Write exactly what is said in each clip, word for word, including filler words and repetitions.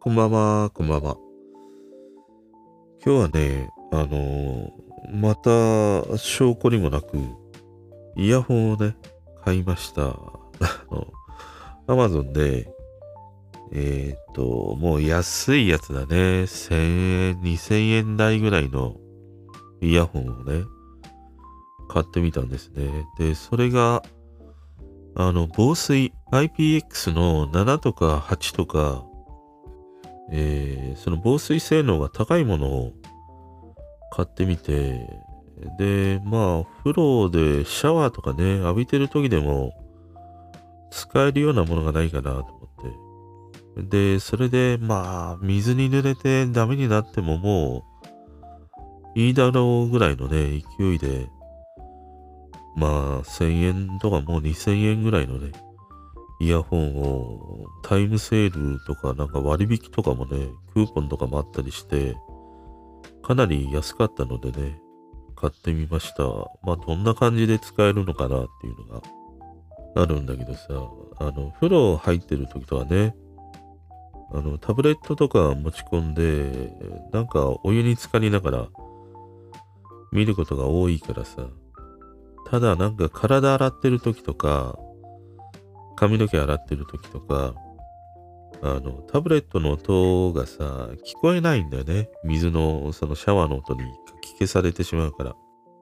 こんばんは、こんばんは。今日はね、あのーまた証拠にもなく、イヤホンをね、買いました。あの、アマゾンで、えーっと、もう安いやつだね。せんえん、にせんえん台ぐらいのイヤホンをね、買ってみたんですね。で、それが、あの、防水 アイピーエックス のななとかはちとか、えーその防水性能が高いものを買ってみて、で、まあ、風呂でシャワーとかね、浴びてる時でも使えるようなものがないかなと思って。で、それで、まあ、水に濡れてダメになってももういいだろうぐらいのね、勢いで、まあ、せんえんとかもうにせんえんぐらいのね、イヤホンをタイムセールとかなんか割引とかもね、クーポンとかもあったりして、かなり安かったのでね、買ってみました。まあ、どんな感じで使えるのかなっていうのがあるんだけどさ、あの、風呂入ってる時とかね、あの、タブレットとか持ち込んで、なんかお湯に浸かりながら見ることが多いからさ、ただなんか体洗ってる時とか、髪の毛洗ってる時とか、あの、タブレットの音がさ、聞こえないんだよね。水の、そのシャワーの音にかき消されてしまうから。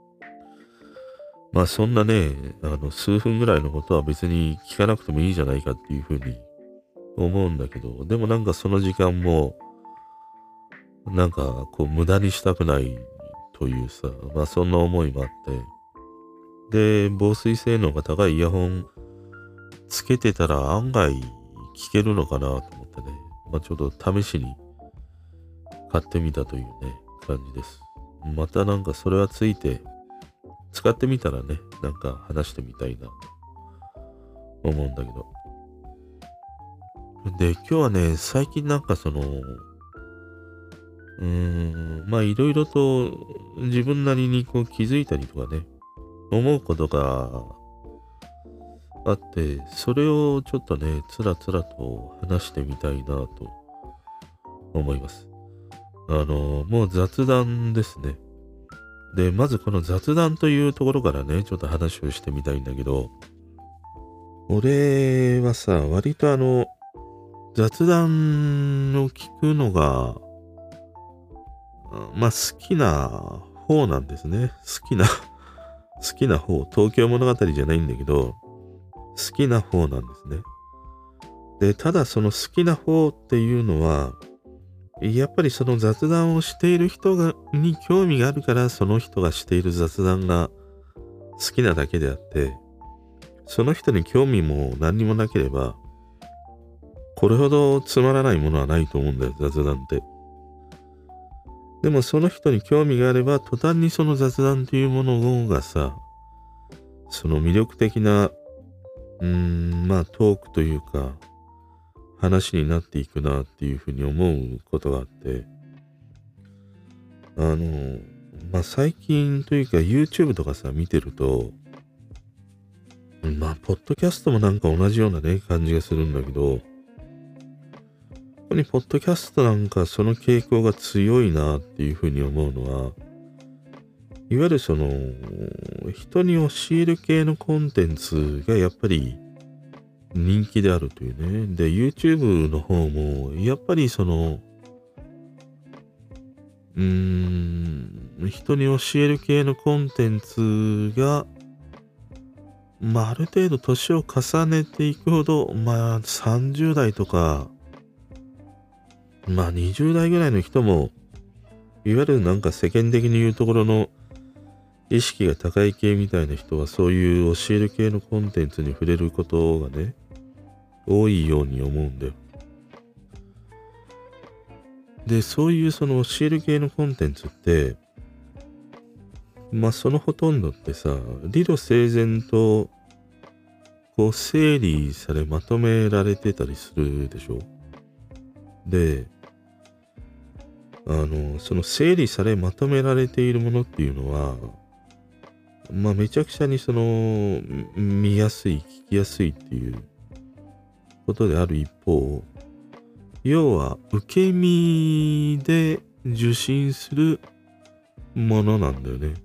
まあそんなね、あの、数分ぐらいのことは別に聞かなくてもいいじゃないかっていうふうに思うんだけど、でもなんかその時間も、なんかこう無駄にしたくないというさ、まあそんな思いもあって、で、防水性能が高いイヤホンつけてたら案外聞けるのかなと思ってね、まあちょっと試しに買ってみたというね、感じです。またなんかそれはついて、使ってみたらね、なんか話してみたいなと思うんだけど。で、今日はね、最近なんかその、うーん、まあいろいろと自分なりにこう気づいたりとかね、思うことがあって、それをちょっとね、つらつらと話してみたいなと思います。あの、もう雑談ですね。で、まずこの雑談というところからね、ちょっと話をしてみたいんだけど、俺はさ、割とあの、雑談を聞くのが、あまあ好きな方なんですね。好きな好きな方。東京物語じゃないんだけど、好きな方なんですね。で、ただその好きな方っていうのは、やっぱりその雑談をしている人がに興味があるから、その人がしている雑談が好きなだけであって、その人に興味も何にもなければ、これほどつまらないものはないと思うんだよ、雑談って。でもその人に興味があれば、途端にその雑談というものがさ、その魅力的な、うーん、まあトークというか、話になっていくなっていうふうに思うことがあって、あの、まあ最近というか YouTube とかさ、見てると、まあ、ポッドキャストもなんか同じようなね、感じがするんだけど、ここにポッドキャストなんかその傾向が強いなっていうふうに思うのは、いわゆるその、人に教える系のコンテンツがやっぱり人気であるというね。で、YouTube の方も、やっぱりその、うーん、人に教える系のコンテンツが、まあ、ある程度年を重ねていくほど、まあ、さんじゅう代とか、まあ、にじゅう代ぐらいの人も、いわゆるなんか世間的に言うところの意識が高い系みたいな人は、そういう教える系のコンテンツに触れることがね、多いように思うんだよ。で、そういうその教える系のコンテンツって、まあそのほとんどってさ、理路整然とこう整理されまとめられてたりするでしょ。で、あの、その整理されまとめられているものっていうのは、まあめちゃくちゃにその、見やすい、聞きやすいっていうことである一方、 要は受け身で受信するものなんだよね。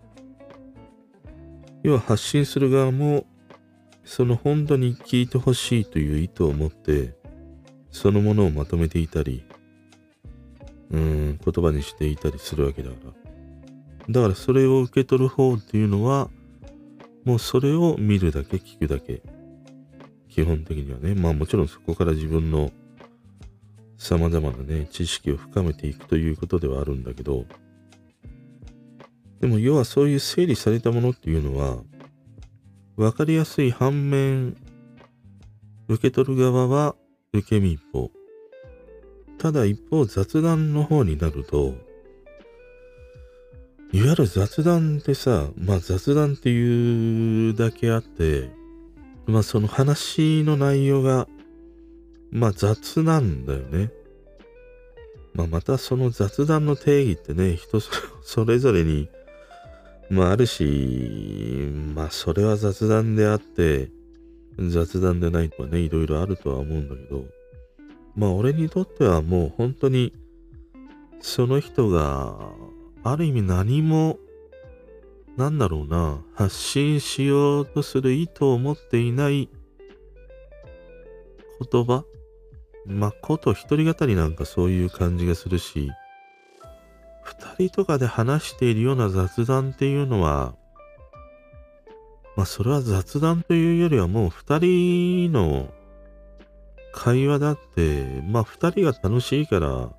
要は発信する側もその本当に聞いてほしいという意図を持ってそのものをまとめていたり、うーん、言葉にしていたりするわけだから。だからそれを受け取る方っていうのはもうそれを見るだけ聞くだけ。基本的にはね。まあもちろんそこから自分の様々なね、知識を深めていくということではあるんだけど、でも要はそういう整理されたものっていうのは、わかりやすい反面、受け取る側は受け身一方。ただ一方雑談の方になると、いわゆる雑談ってさ、まあ雑談っていうだけあって、まあその話の内容が、まあ雑なんだよね。まあまたその雑談の定義ってね、人それぞれに、まああるし、まあそれは雑談であって、雑談でないとかね、いろいろあるとは思うんだけど、まあ俺にとってはもう本当に、その人が、ある意味何も、なんだろうな、発信しようとする意図を持っていない言葉、まあ、こと一人語りなんかそういう感じがするし、二人とかで話しているような雑談っていうのは、まあそれは雑談というよりはもう二人の会話だって、まあ二人が楽しいから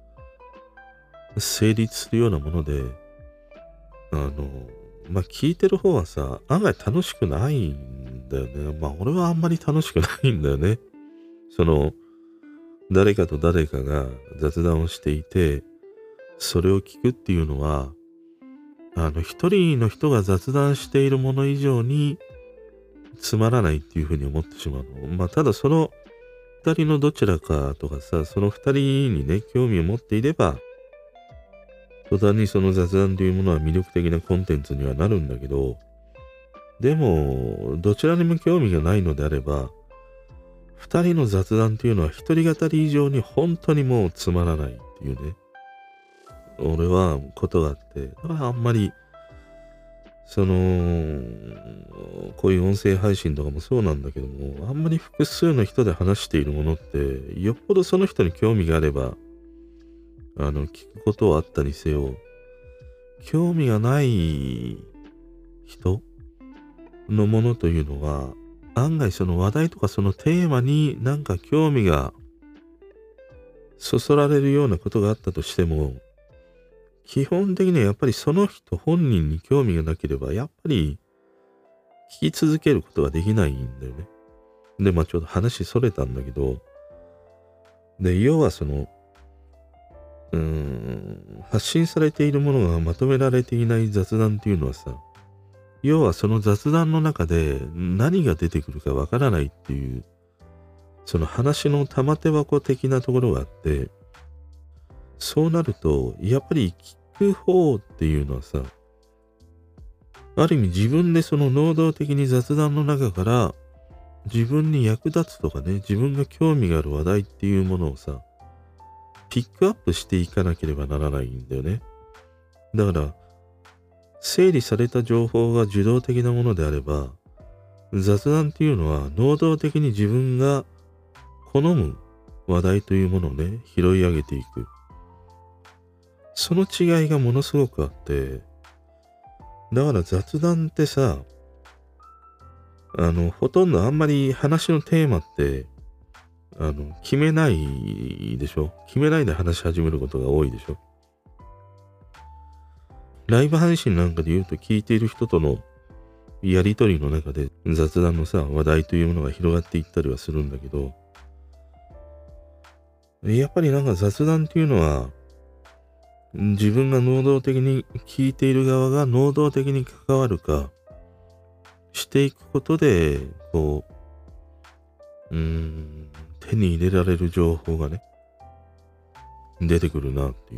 成立するようなもので、あの、まあ聞いてる方はさ、案外楽しくないんだよね。まあ俺はあんまり楽しくないんだよね。その、誰かと誰かが雑談をしていて、それを聞くっていうのは、あの、一人の人が雑談しているもの以上につまらないっていうふうに思ってしまうの。まあ、ただその二人のどちらかとかさ、その二人にね、興味を持っていれば、途端にその雑談というものは魅力的なコンテンツにはなるんだけど、でも、どちらにも興味がないのであれば、二人の雑談っていうのは一人語り以上に本当にもうつまらないっていうね。俺はことがあって、だからあんまり、その、こういう音声配信とかもそうなんだけども、あんまり複数の人で話しているものって、よっぽどその人に興味があれば、あの、聞くことはあったにせよ、興味がない人のものというのは、案外その話題とかそのテーマになんか興味がそそられるようなことがあったとしても、基本的にはやっぱりその人本人に興味がなければ、やっぱり聞き続けることができないんだよね。で、まあちょっと話それたんだけど、で、要はその、うーん、発信されているものがまとめられていない雑談っていうのはさ、要はその雑談の中で何が出てくるかわからないっていう、その話の玉手箱的なところがあって、そうなると、やっぱり聞く方っていうのはさ、ある意味自分でその能動的に雑談の中から自分に役立つとかね、自分が興味がある話題っていうものをさ、ピックアップしていかなければならないんだよね。だから、整理された情報が受動的なものであれば、雑談っていうのは能動的に自分が好む話題というものをね、拾い上げていく。その違いがものすごくあって、だから雑談ってさ、あの、ほとんどあんまり話のテーマって、あの、決めないでしょ。決めないで話し始めることが多いでしょ。ライブ配信なんかで言うと聞いている人とのやりとりの中で雑談のさ、話題というものが広がっていったりはするんだけど、やっぱりなんか雑談っていうのは、自分が能動的に聞いている側が能動的に関わるか、していくことで、こう、うーん、手に入れられる情報がね、出てくるなっていう。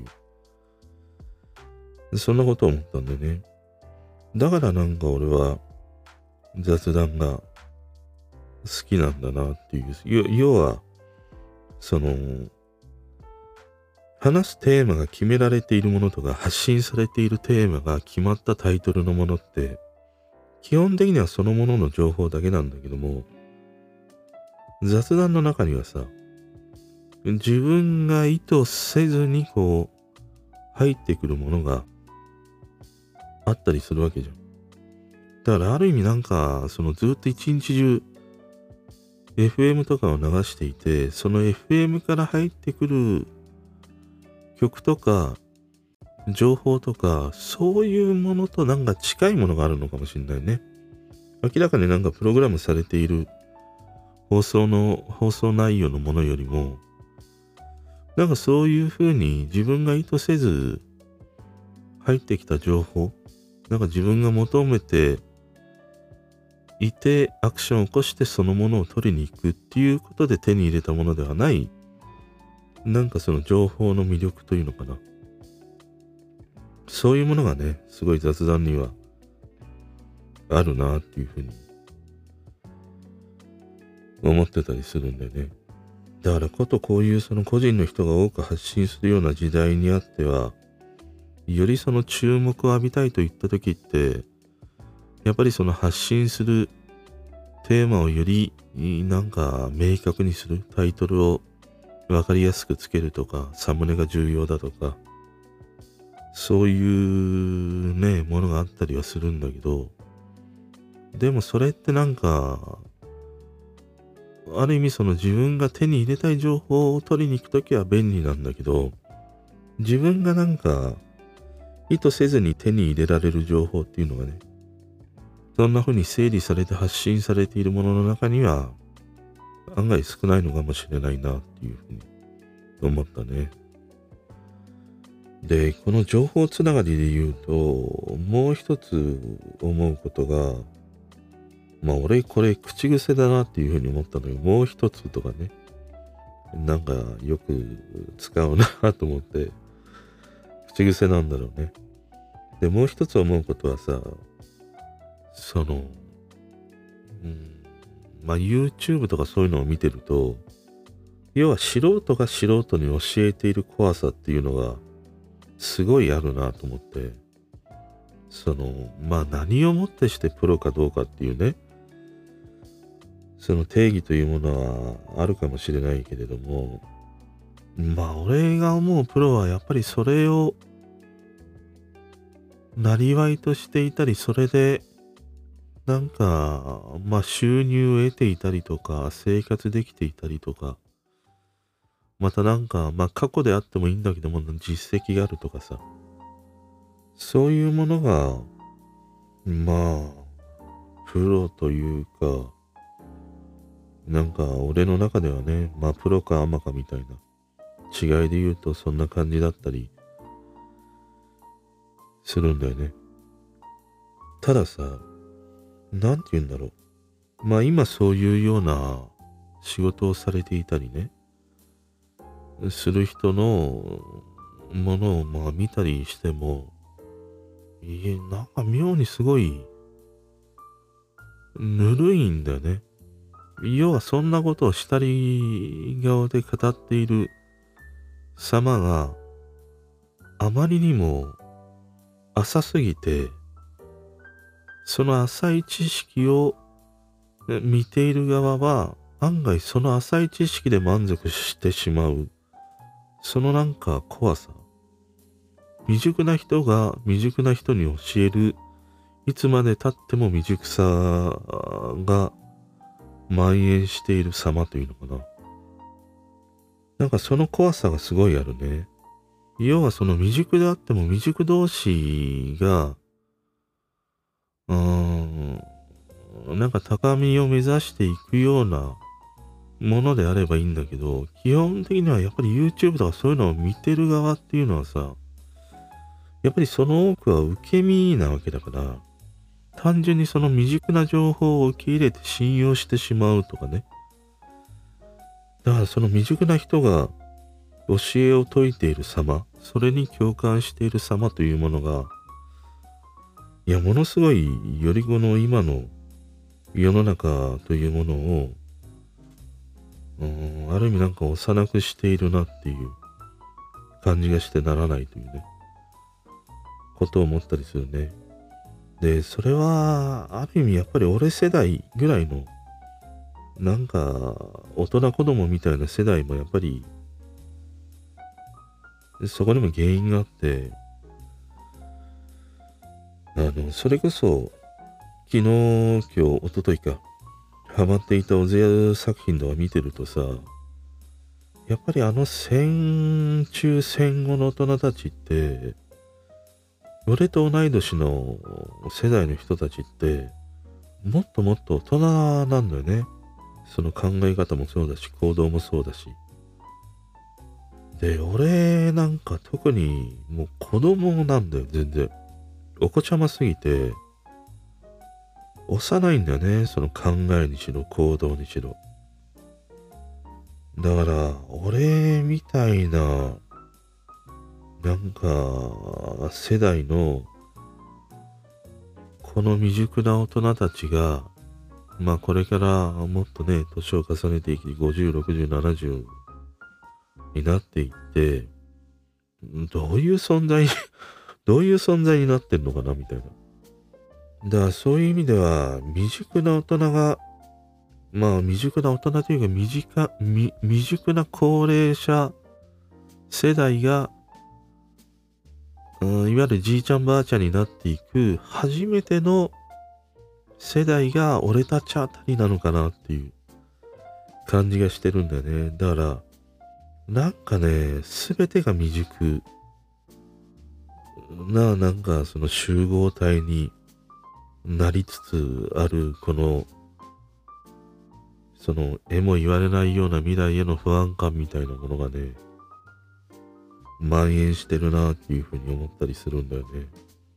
そんなことを思ったんだよね。だからなんか俺は雑談が好きなんだなっていう。要は、その、 話すテーマが決められているものとか発信されているテーマが決まったタイトルのものって基本的にはそのものの情報だけなんだけども、雑談の中にはさ、自分が意図せずにこう入ってくるものがあったりするわけじゃん。だからある意味なんかそのずっと一日中 エフエム とかを流していて、その エフエム から入ってくる曲とか情報とかそういうものとなんか近いものがあるのかもしれないね。明らかになんかプログラムされている放送の放送内容のものよりも、なんかそういう風に自分が意図せず入ってきた情報、なんか自分が求めていてアクションを起こしてそのものを取りに行くっていうことで手に入れたものではない、なんかその情報の魅力というのかな。そういうものがね、すごい雑談にはあるなっていうふうに思ってたりするんだよね。だからことこういうその個人の人が多く発信するような時代にあっては、よりその注目を浴びたいといった時って、やっぱりその発信するテーマをよりなんか明確にする、タイトルをわかりやすくつけるとか、サムネが重要だとか、そういうね、ものがあったりはするんだけど、でもそれってなんか、ある意味その自分が手に入れたい情報を取りに行くときは便利なんだけど、自分がなんか意図せずに手に入れられる情報っていうのがね、そんな風に整理されて発信されているものの中には案外少ないのかもしれないなっていうふうに思ったね。で、この情報つながりで言うと、もう一つ思うことが、まあ俺これ口癖だなっていうふうに思ったのよ。もう一つとかね。なんかよく使うなと思って、口癖なんだろうね。で、もう一つ思うことはさ、その、うん、まあ YouTube とかそういうのを見てると、要は素人が素人に教えている怖さっていうのがすごいあるなと思って、その、まあ何をもってしてプロかどうかっていうね、その定義というものはあるかもしれないけれども、まあ俺が思うプロはやっぱりそれをなりわいとしていたり、それでなんかまあ収入を得ていたりとか、生活できていたりとか、またなんかまあ過去であってもいいんだけども、実績があるとかさ、そういうものがまあプロというか、なんか俺の中ではね、まあプロかアマかみたいな違いで言うとそんな感じだったりするんだよね。たださ、なんて言うんだろう。まあ今そういうような仕事をされていたりね、する人のものをまあ見たりしても、いえ、なんか妙にすごいぬるいんだよね。要はそんなことを下り側で語っている様があまりにも浅すぎて、その浅い知識を見ている側は案外その浅い知識で満足してしまう。そのなんか怖さ。未熟な人が未熟な人に教える、いつまで経っても未熟さが蔓延している様というのかな。なんかその怖さがすごいあるね。要はその未熟であっても未熟同士が、うーん、なんか高みを目指していくようなものであればいいんだけど、基本的にはやっぱり YouTube とかそういうのを見てる側っていうのはさ、やっぱりその多くは受け身なわけだから、単純にその未熟な情報を受け入れて信用してしまうとかね。だからその未熟な人が教えを説いている様、それに共感している様というものが、いや、ものすごいよりこの今の世の中というものを、うーん、ある意味なんか幼くしているなっていう感じがしてならないというね、ことを思ったりするね。で、それは、ある意味やっぱり俺世代ぐらいの、なんか、大人子供みたいな世代もやっぱり、そこにも原因があって、あの、それこそ、昨日、今日、一昨日か、ハマっていた小津屋作品とか見てるとさ、やっぱりあの戦中戦後の大人たちって、俺と同い年の世代の人たちって、もっともっと大人なんだよね。その考え方もそうだし、行動もそうだし。で、俺なんか特にもう子供なんだよ、全然。お子ちゃますぎて、幼いんだよね、その考えにしろ、行動にしろ。だから、俺みたいな、なんか、世代の、この未熟な大人たちが、まあこれからもっとね、年を重ねていき、ごじゅう、ろくじゅう、ななじゅうになっていって、どういう存在、どういう存在になってんのかな、みたいな。だからそういう意味では、未熟な大人が、まあ未熟な大人というか、未熟未未熟な高齢者世代が、うん、いわゆるじいちゃんばあちゃんになっていく初めての世代が俺たちあたりなのかなっていう感じがしてるんだよね。だから、なんかね、すべてが未熟な、なんかその集合体になりつつある、この、その、えも言われないような未来への不安感みたいなものがね、蔓延してるなっていうふうに思ったりするんだよね。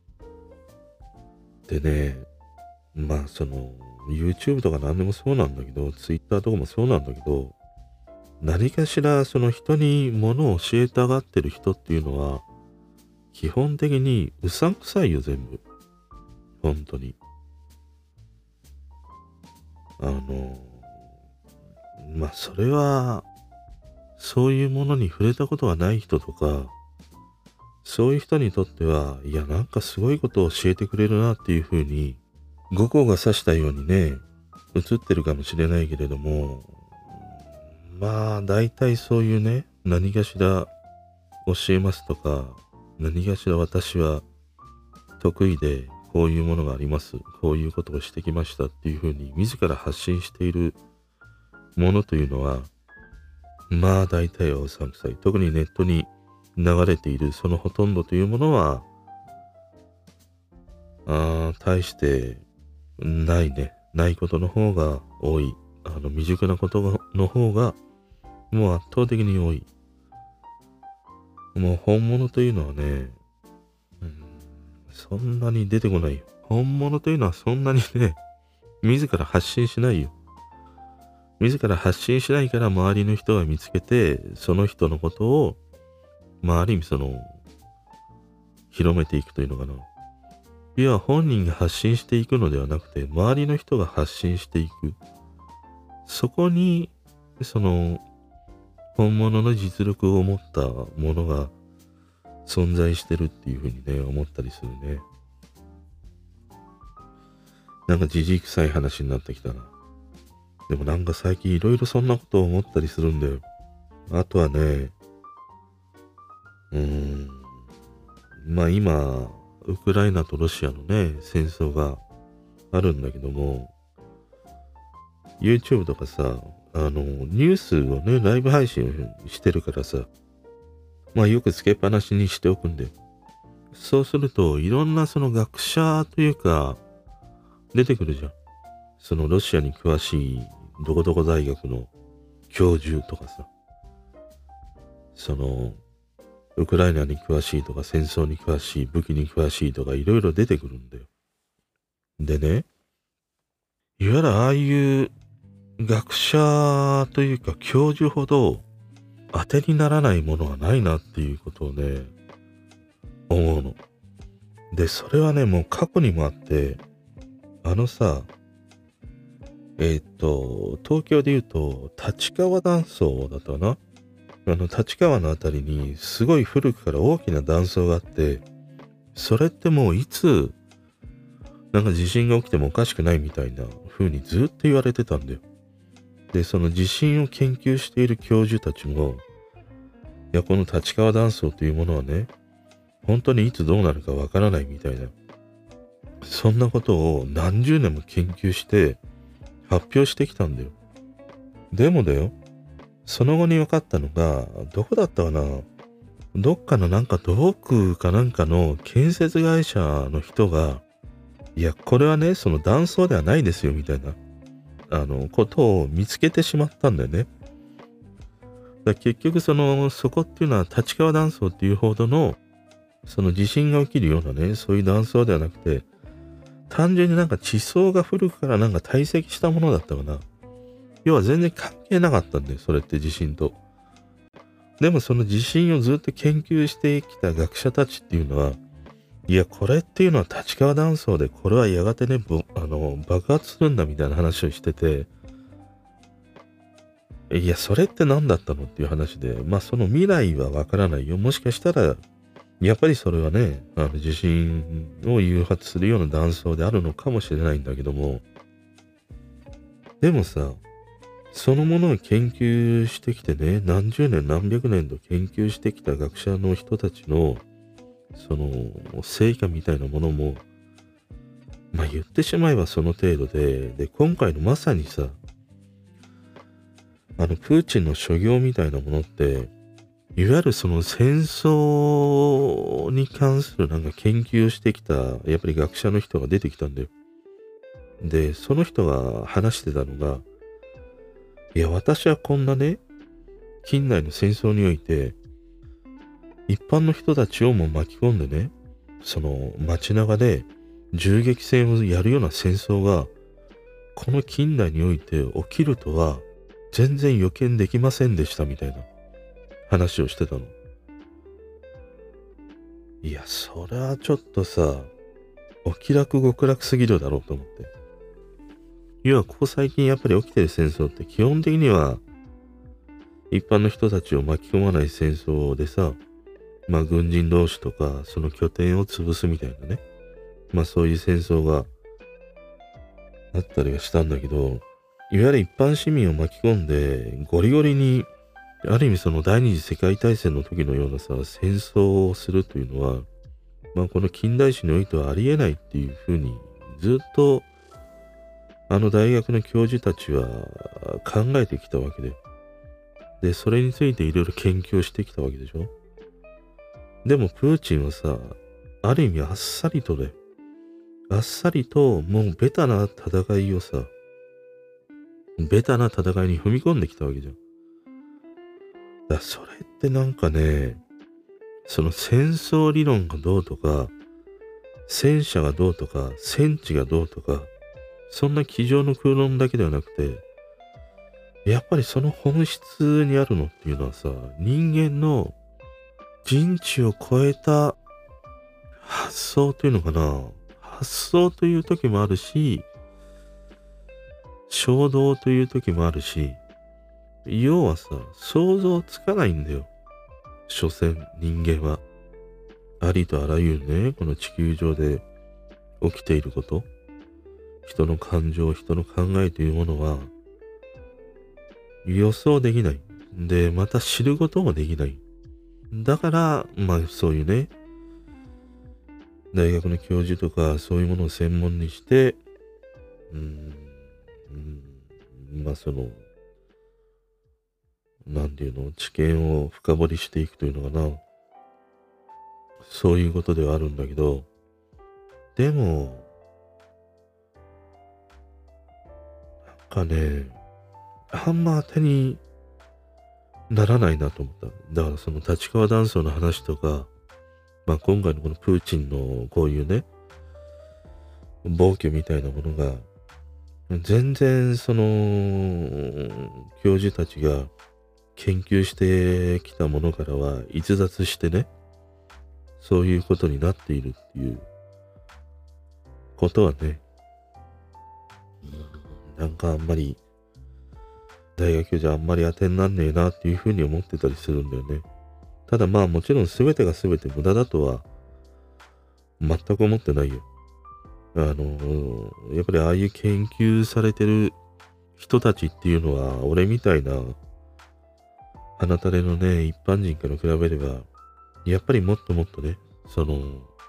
でね、まあその、YouTube とか何でもそうなんだけど、Twitter とかもそうなんだけど、何かしらその人に物を教えたがってる人っていうのは、基本的にうさんくさいよ、全部。本当に。あの、まあそれは、そういうものに触れたことがない人とか、そういう人にとっては、いやなんかすごいことを教えてくれるなっていうふうに、五行が指したようにね、映ってるかもしれないけれども、まあ大体そういうね、何かしら教えますとか、何かしら私は得意でこういうものがあります。こういうことをしてきましたっていうふうに自ら発信しているものというのは、まあ大体はうさんくさい。特にネットに流れているそのほとんどというものは、あー大してないね。ないことの方が多い。あの未熟なことがの方がもう圧倒的に多い。もう本物というのはね、うん、そんなに出てこないよ。本物というのはそんなにね、自ら発信しないよ。自ら発信しないから周りの人が見つけて、その人のことを、まあある意味その、広めていくというのかな。要は本人が発信していくのではなくて、周りの人が発信していく。そこに、その、本物の実力を持ったものが存在してるっていうふうにね、思ったりするね。なんかじじい臭い話になってきたな。でもなんか最近いろいろそんなことを思ったりするんだよ。あとはね、うーん、まあ今、ウクライナとロシアのね、戦争があるんだけども、YouTube とかさ、あの、ニュースをね、ライブ配信してるからさ、まあよくつけっぱなしにしておくんだよ。そうすると、いろんなその学者というか、出てくるじゃん。そのロシアに詳しいどこどこ大学の教授とかさ、その、ウクライナに詳しいとか、戦争に詳しい、武器に詳しいとか、いろいろ出てくるんだよ。でね、いわゆるああいう学者というか教授ほど当てにならないものはないなっていうことをね、思うの。で、それはね、もう過去にもあって、あのさ、えーっと、東京で言うと、立川断層だったかな。 あの、立川のあたりにすごい古くから大きな断層があって、それってもういつ、なんか地震が起きてもおかしくないみたいな風にずっと言われてたんだよ。で、その地震を研究している教授たちも、いや、この立川断層というものはね、本当にいつどうなるかわからないみたいな、そんなことを何十年も研究して発表してきたんだよ。でもだよ、その後に分かったのが、どこだったかな、どっかのなんか土木かなんかの建設会社の人が、いや、これはね、その断層ではないですよみたいな、あの、ことを見つけてしまったんだよね。だ結局その、そこっていうのは立川断層っていうほどの、その地震が起きるようなね、そういう断層ではなくて、単純になんか地層が古くからなんか堆積したものだったかな。要は全然関係なかったんだよ、それって地震と。でもその地震をずっと研究してきた学者たちっていうのは、いや、これっていうのは立川断層で、これはやがてね、ぼあの、爆発するんだみたいな話をしてて、いや、それって何だったのっていう話で、まあその未来はわからないよ。もしかしたら、やっぱりそれはね、あの地震を誘発するような断層であるのかもしれないんだけども、でもさ、そのものを研究してきてね、何十年何百年と研究してきた学者の人たちの、その、成果みたいなものも、まあ言ってしまえばその程度で、で、今回のまさにさ、あの、プーチンの所業みたいなものって、いわゆるその戦争に関するなんか研究をしてきた、やっぱり学者の人が出てきたんだよ。で、その人が話してたのが、いや、私はこんなね、近代の戦争において、一般の人たちをも巻き込んでね、その街中で銃撃戦をやるような戦争が、この近代において起きるとは、全然予見できませんでしたみたいな話をしてたの。いや、それはちょっとさ、お気楽極楽すぎるだろうと思って。要は、ここ最近やっぱり起きてる戦争って基本的には、一般の人たちを巻き込まない戦争でさ、まあ軍人同士とか、その拠点を潰すみたいなね。まあそういう戦争があったりはしたんだけど、いわゆる一般市民を巻き込んで、ゴリゴリに、ある意味その第二次世界大戦の時のようなさ、戦争をするというのは、まあこの近代史においてはありえないっていうふうに、ずっと、あの大学の教授たちは考えてきたわけで。で、それについていろいろ研究をしてきたわけでしょ。でもプーチンはさ、ある意味あっさりとで、あっさりともうベタな戦いをさ、ベタな戦いに踏み込んできたわけじゃん。だからそれってなんかね、その戦争理論がどうとか、戦車がどうとか、戦地がどうとか、そんな机上の空論だけではなくて、やっぱりその本質にあるのっていうのはさ、人間の人知を超えた発想というのかな。発想という時もあるし、衝動という時もあるし、要はさ、想像つかないんだよ。所詮人間は。ありとあらゆるね、この地球上で起きていること、人の感情、人の考えというものは、予想できない。で、また知ることもできない。だから、まあそういうね、大学の教授とかそういうものを専門にして、うーん、うん、まあその、なんていうの、知見を深掘りしていくというのかな。そういうことではあるんだけど、でも、なんかね、あんま当てにならないなと思った。だからその立川断層の話とか、まあ今回のこのプーチンのこういうね、暴挙みたいなものが、全然その、教授たちが研究してきたものからは逸脱してね、そういうことになっているっていうことはね、なんかあんまり大学じゃあんまり当てになんねえなっていうふうに思ってたりするんだよね。ただまあもちろん全てが全て無駄だとは全く思ってないよ。あの、やっぱりああいう研究されてる人たちっていうのは、俺みたいな鼻垂れのね、一般人から比べれば、やっぱりもっともっとね、その、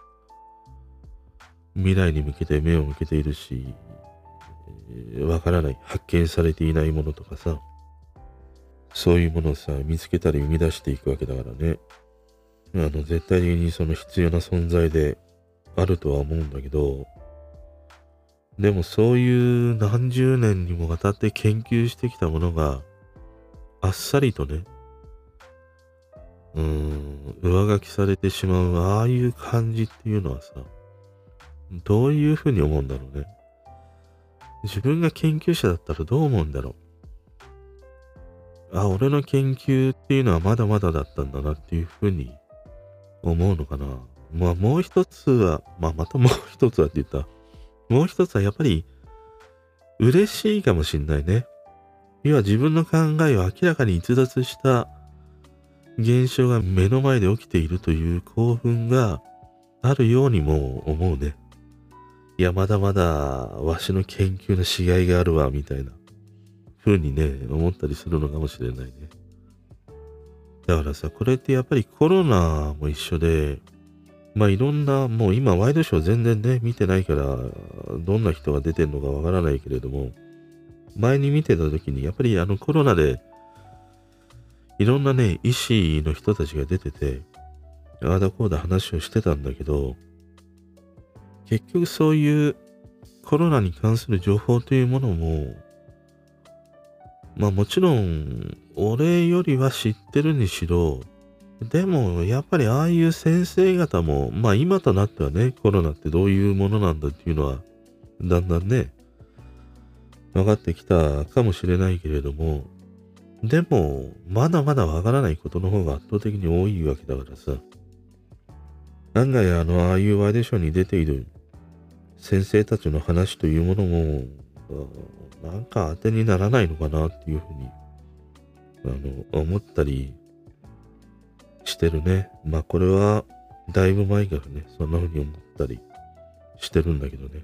未来に向けて目を向けているし、わからない、発見されていないものとかさ、そういうものをさ、見つけたり生み出していくわけだからね。あの、絶対的にその必要な存在であるとは思うんだけど、でもそういう何十年にもわたって研究してきたものが、あっさりとね、うーん、上書きされてしまう、ああいう感じっていうのはさ、どういうふうに思うんだろうね。自分が研究者だったらどう思うんだろう。あ、俺の研究っていうのはまだまだだったんだなっていうふうに思うのかな。まあもう一つは、まあまたもう一つはって言った。もう一つはやっぱり嬉しいかもしんないね。要は自分の考えを明らかに逸脱した現象が目の前で起きているという興奮があるようにも思うね。いや、まだまだわしの研究のしがいがあるわ、みたいな風にね、思ったりするのかもしれないね。だからさ、これってやっぱりコロナも一緒で、まあいろんな、もう今ワイドショー全然ね、見てないから、どんな人が出てんのかわからないけれども、前に見てた時にやっぱりあのコロナでいろんなね、医師の人たちが出てて、ああだこうだ話をしてたんだけど、結局そういうコロナに関する情報というものも、まあもちろん、俺よりは知ってるにしろ、でもやっぱりああいう先生方も、まあ今となってはね、コロナってどういうものなんだっていうのは、だんだんね、分かってきたかもしれないけれども、でも、まだまだわからないことの方が圧倒的に多いわけだからさ、案外あの、ああいうワイドショーに出ている先生たちの話というものも、なんか当てにならないのかなっていうふうに、あの、思ったりしてるね。まあこれは、だいぶ前からね、そんなふうに思ったりしてるんだけどね。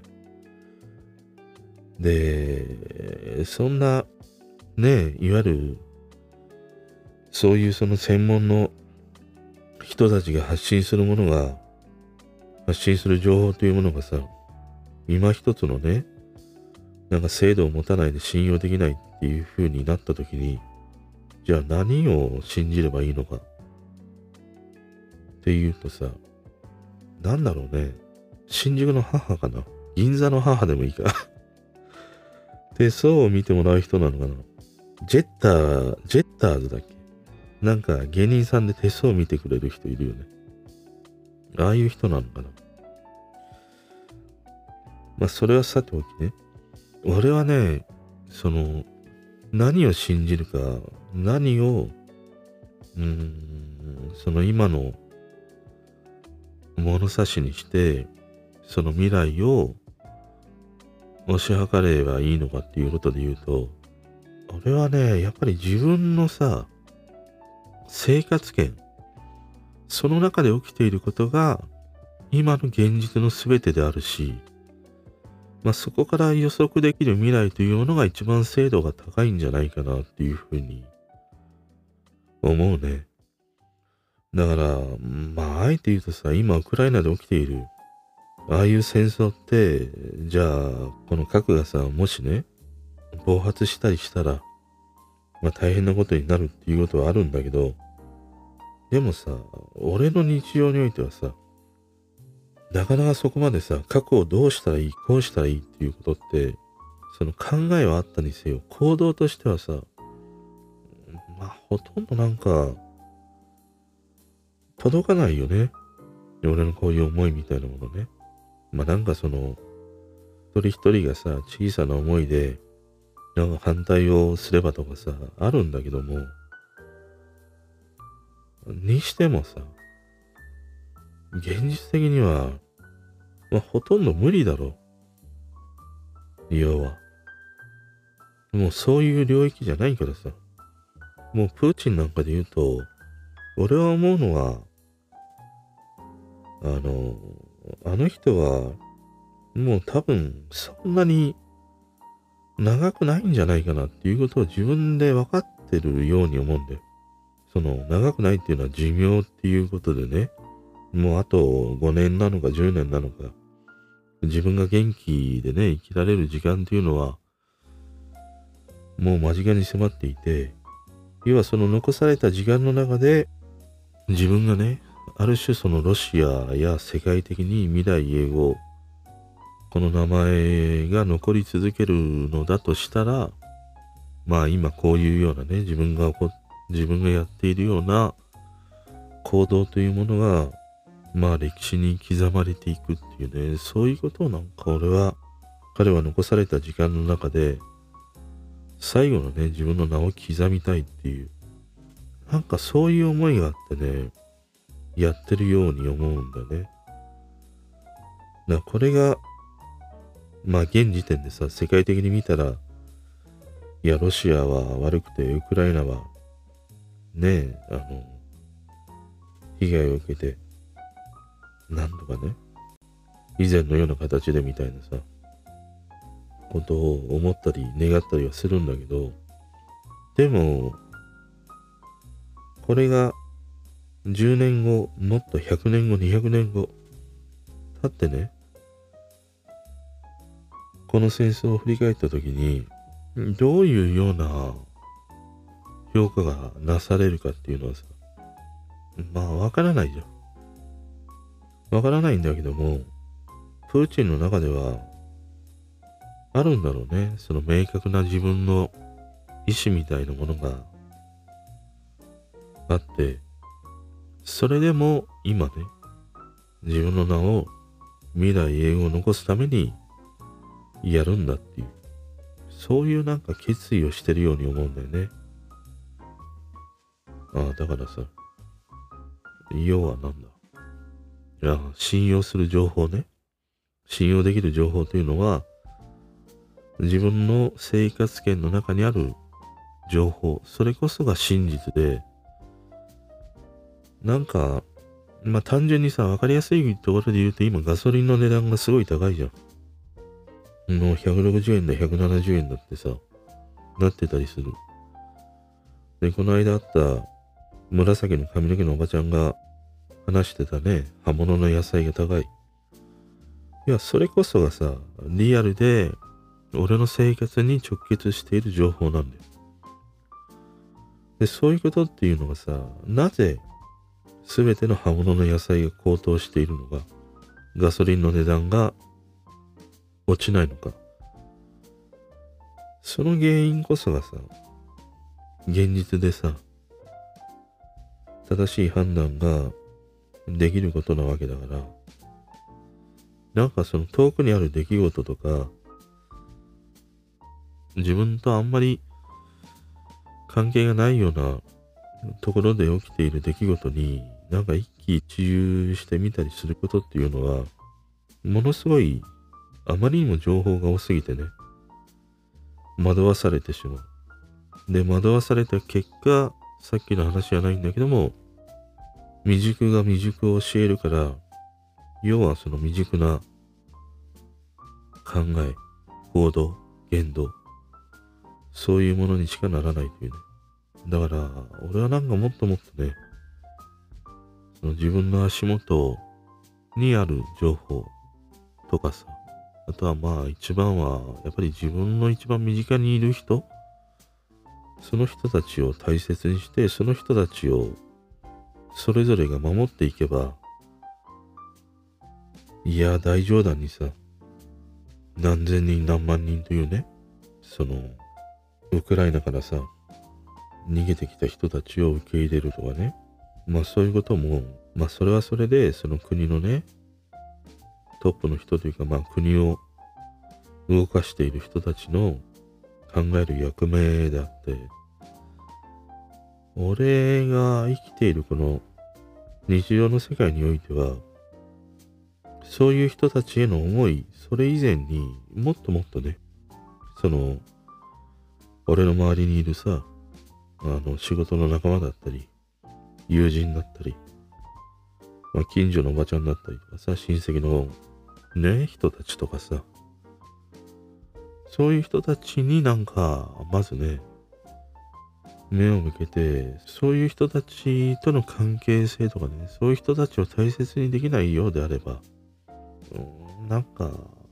で、そんな、ね、いわゆる、そういうその専門の人たちが発信するものが、発信する情報というものがさ、今一つのね、なんか精度を持たないで信用できないっていう風になった時に、じゃあ何を信じればいいのかっていうとさ、なんだろうね。新宿の母かな。銀座の母でもいいか。手相を見てもらう人なのかな。ジェッター、ジェッターズだっけ。なんか芸人さんで手相を見てくれる人いるよね。ああいう人なのかな。まあそれはさておきね。俺はね、その、何を信じるか、何を、うーん、その今の物差しにして、その未来を推し量ればいいのかっていうことで言うと、俺はね、やっぱり自分のさ、生活圏、その中で起きていることが、今の現実の全てであるし、まあ、そこから予測できる未来というものが一番精度が高いんじゃないかなっていうふうに思うね。だから、まあ、あえて言うとさ、今ウクライナで起きている、ああいう戦争って、じゃあ、この核がさ、もしね、暴発したりしたら、まあ大変なことになるっていうことはあるんだけど、でもさ、俺の日常においてはさ、なかなかそこまでさ、過去をどうしたらいい、こうしたらいいっていうことって、その考えはあったにせよ、行動としてはさ、まあほとんどなんか、届かないよね。俺のこういう思いみたいなものね。まあなんかその、一人一人がさ、小さな思いで、なんか反対をすればとかさ、あるんだけども、にしてもさ、現実的には、まあ、ほとんど無理だろう。要は。 もうそういう領域じゃないからさ。もうプーチンなんかで言うと、俺は思うのは、あの、あの人は、もう多分そんなに長くないんじゃないかなっていうことを自分で分かってるように思うんだよ。その長くないっていうのは寿命っていうことでね、もうあとごねんなのかじゅうねんなのか、自分が元気でね、生きられる時間っていうのは、もう間近に迫っていて、要はその残された時間の中で、自分がね、ある種そのロシアや世界的に未来永劫、この名前が残り続けるのだとしたら、まあ今こういうようなね、自分が起こ、自分がやっているような行動というものが、まあ歴史に刻まれていくっていうね、そういうことをなんか俺は、彼は残された時間の中で、最後のね、自分の名を刻みたいっていう、なんかそういう思いがあってね、やってるように思うんだね。だからこれが、まあ現時点でさ、世界的に見たら、いや、ロシアは悪くて、ウクライナは、ねえ、あの、被害を受けて、なんとかね、以前のような形でみたいなさ、ことを思ったり願ったりはするんだけど、でも、これがじゅうねんご、もっとひゃくねんご、にひゃくねんご、経ってね、この戦争を振り返ったときに、どういうような評価がなされるかっていうのはさ、まあわからないじゃん。わからないんだけども、プーチンの中では、あるんだろうね。その明確な自分の意志みたいなものがあって、それでも今ね、自分の名を未来永劫を残すためにやるんだっていう、そういうなんか決意をしてるように思うんだよね。ああ、だからさ、要はなんだ。いや、信用する情報ね。信用できる情報というのは、自分の生活圏の中にある情報、それこそが真実で、なんか、まあ単純にさ、わかりやすいところで言うと今ガソリンの値段がすごい高いじゃん。もうひゃくろくじゅうえんだ、ひゃくななじゅうえんだってさ、なってたりする。で、この間あった紫の髪の毛のおばちゃんが話してたね、葉物の野菜が高い。いや、それこそがさ、リアルで俺の生活に直結している情報なんだよ。で、そういうことっていうのがさ、なぜすべての葉物の野菜が高騰しているのか、ガソリンの値段が落ちないのか。その原因こそがさ、現実でさ、正しい判断ができることなわけだから、なんかその遠くにある出来事とか、自分とあんまり関係がないようなところで起きている出来事に、なんか一喜一憂してみたりすることっていうのは、ものすごい、あまりにも情報が多すぎてね、惑わされてしまう。で、惑わされた結果、さっきの話じゃないんだけども、未熟が未熟を教えるから、要はその未熟な考え、行動、言動、そういうものにしかならないというね。だから、俺はなんかもっともっとね、その自分の足元にある情報とかさ、あとはまあ一番は、やっぱり自分の一番身近にいる人、その人たちを大切にして、その人たちをそれぞれが守っていけば、いや、大冗談にさ、何千人何万人というね、その、ウクライナからさ、逃げてきた人たちを受け入れるとかね。まあそういうことも、まあそれはそれで、その国のね、トップの人というか、まあ国を動かしている人たちの考える役目であって、俺が生きているこの日常の世界においては、そういう人たちへの思い、それ以前にもっともっとね、その、 俺の周りにいるさ、あの、仕事の仲間だったり、友人だったり、まあ、近所のおばちゃんだったりとかさ、親戚のね、人たちとかさ、そういう人たちになんか、まずね、目を向けて、そういう人たちとの関係性とかね、そういう人たちを大切にできないようであれば、うん、なんか、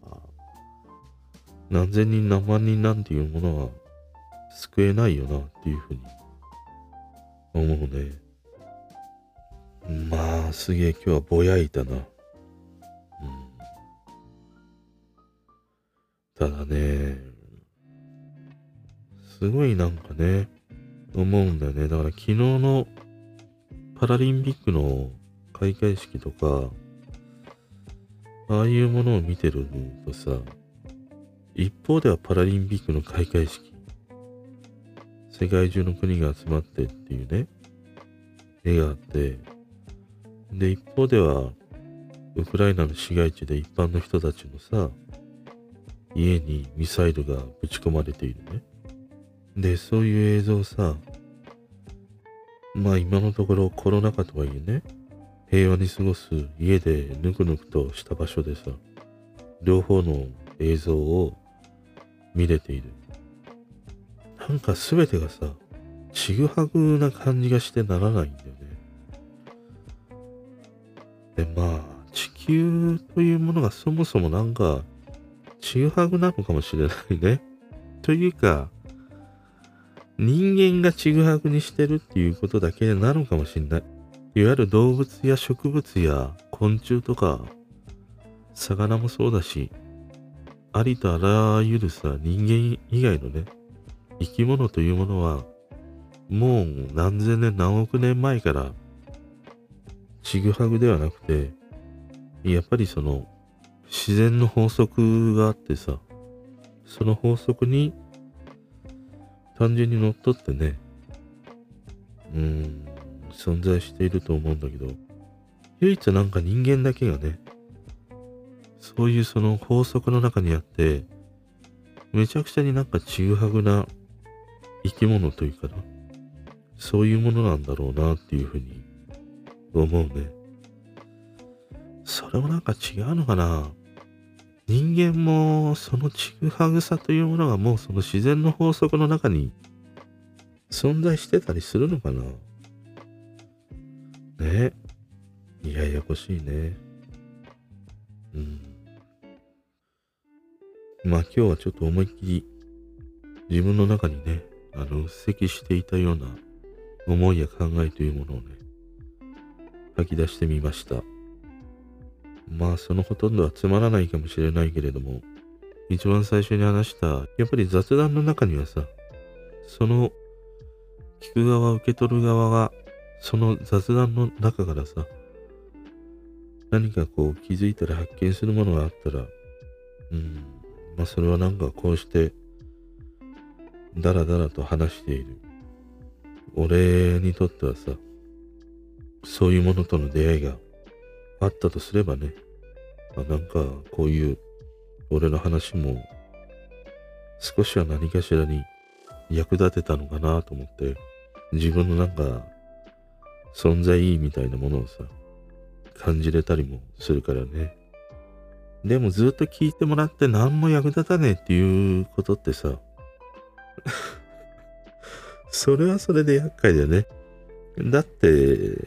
何千人何万人なんていうものは救えないよなっていうふうに思うね。まあ、すげえ今日はぼやいたな。うん、ただね、すごいなんかね、思うんだよね。だから昨日のパラリンピックの開会式とか、ああいうものを見てるとさ、一方ではパラリンピックの開会式、世界中の国が集まってっていうね、絵があって、で、一方では、ウクライナの市街地で一般の人たちのさ、家にミサイルがぶち込まれているね。で、そういう映像さ、まあ今のところコロナ禍とはいえね、平和に過ごす家でぬくぬくとした場所でさ、両方の映像を見れている。なんか全てがさ、ちぐはぐな感じがしてならないんだよね。で、まあ、地球というものがそもそもなんか、ちぐはぐなのかもしれないね。というか、人間がちぐはぐにしてるっていうことだけなのかもしれない。いわゆる動物や植物や昆虫とか、魚もそうだし、ありとあらゆるさ、人間以外のね、生き物というものは、もう何千年何億年前から、ちぐはぐではなくて、やっぱりその、自然の法則があってさ、その法則に、単純にのっとってね、うーん、存在していると思うんだけど、唯一なんか人間だけがね、そういうその法則の中にあって、めちゃくちゃになんかちぐはぐな生き物というかな、そういうものなんだろうなっていうふうに思うね。それもなんか違うのかな。人間もそのちぐはぐさというものがもうその自然の法則の中に存在してたりするのかな。ね。ややこしいね。うん。まあ今日はちょっと思いっきり自分の中にね、あの、うっせきしていたような思いや考えというものをね、吐き出してみました。まあそのほとんどはつまらないかもしれないけれども、一番最初に話した、やっぱり雑談の中にはさ、その聞く側、受け取る側が、その雑談の中からさ、何かこう気づいたら発見するものがあったら、うん、まあそれはなんかこうして、だらだらと話している。俺にとってはさ、そういうものとの出会いがあったとすればね、まあ、なんかこういう俺の話も少しは何かしらに役立てたのかなと思って、自分のなんか存在意義みたいなものをさ、感じれたりもするからね。でもずっと聞いてもらって何も役立たねえっていうことってさ、それはそれで厄介だよね。だって、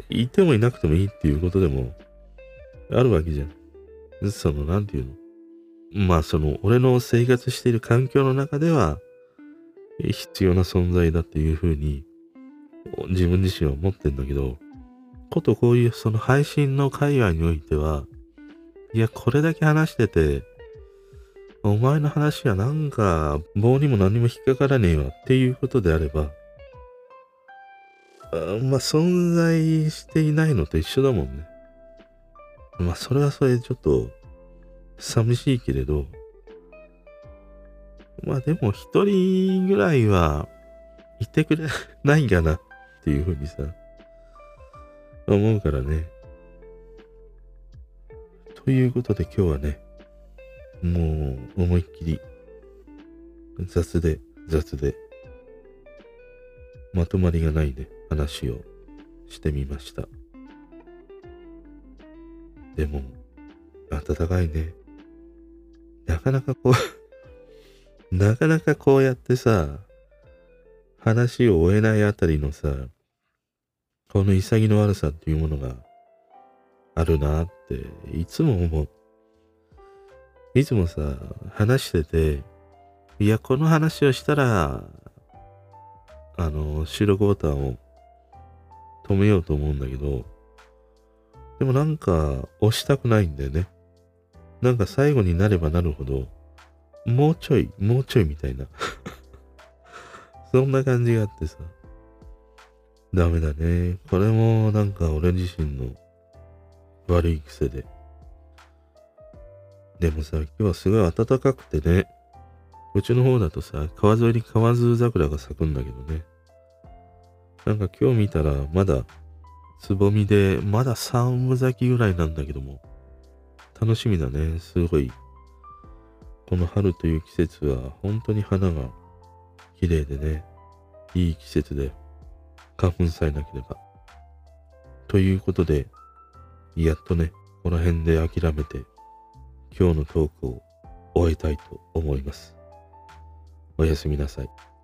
いてもいなくてもいいっていうことでもあるわけじゃん。その、なんていうの。まあ、その、俺の生活している環境の中では、必要な存在だっていうふうに、自分自身は思ってんだけど、ことこういうその配信の界隈においては、いや、これだけ話してて、お前の話はなんか棒にも何にも引っかからねえわっていうことであれば、あまあ存在していないのと一緒だもんね。まあそれはそれでちょっと寂しいけれど、まあでも一人ぐらいはいてくれないかなっていうふうにさ、思うからね。ということで今日はね、もう思いっきり雑で雑でまとまりがないね、話をしてみました。でも、暖かいね。なかなかこう、なかなかこうやってさ、話を終えないあたりのさ、この潔の悪さっていうものがあるなっていつも思う。いつもさ、話してて、いや、この話をしたら、あの、収録ボタンを止めようと思うんだけど、でもなんか押したくないんだよね。なんか最後になればなるほど、もうちょい、もうちょいみたいな。そんな感じがあってさ、ダメだね。これもなんか俺自身の悪い癖で。でもさ、今日はすごい暖かくてね、うちの方だとさ、川沿いに河津桜が咲くんだけどね。なんか今日見たらまだつぼみで、まだ三分咲きぐらいなんだけども、楽しみだね。すごい。この春という季節は本当に花が綺麗でね、いい季節で花粉さえなければ。ということで、やっとね、この辺で諦めて、今日のトークを終えたいと思います。おやすみなさい。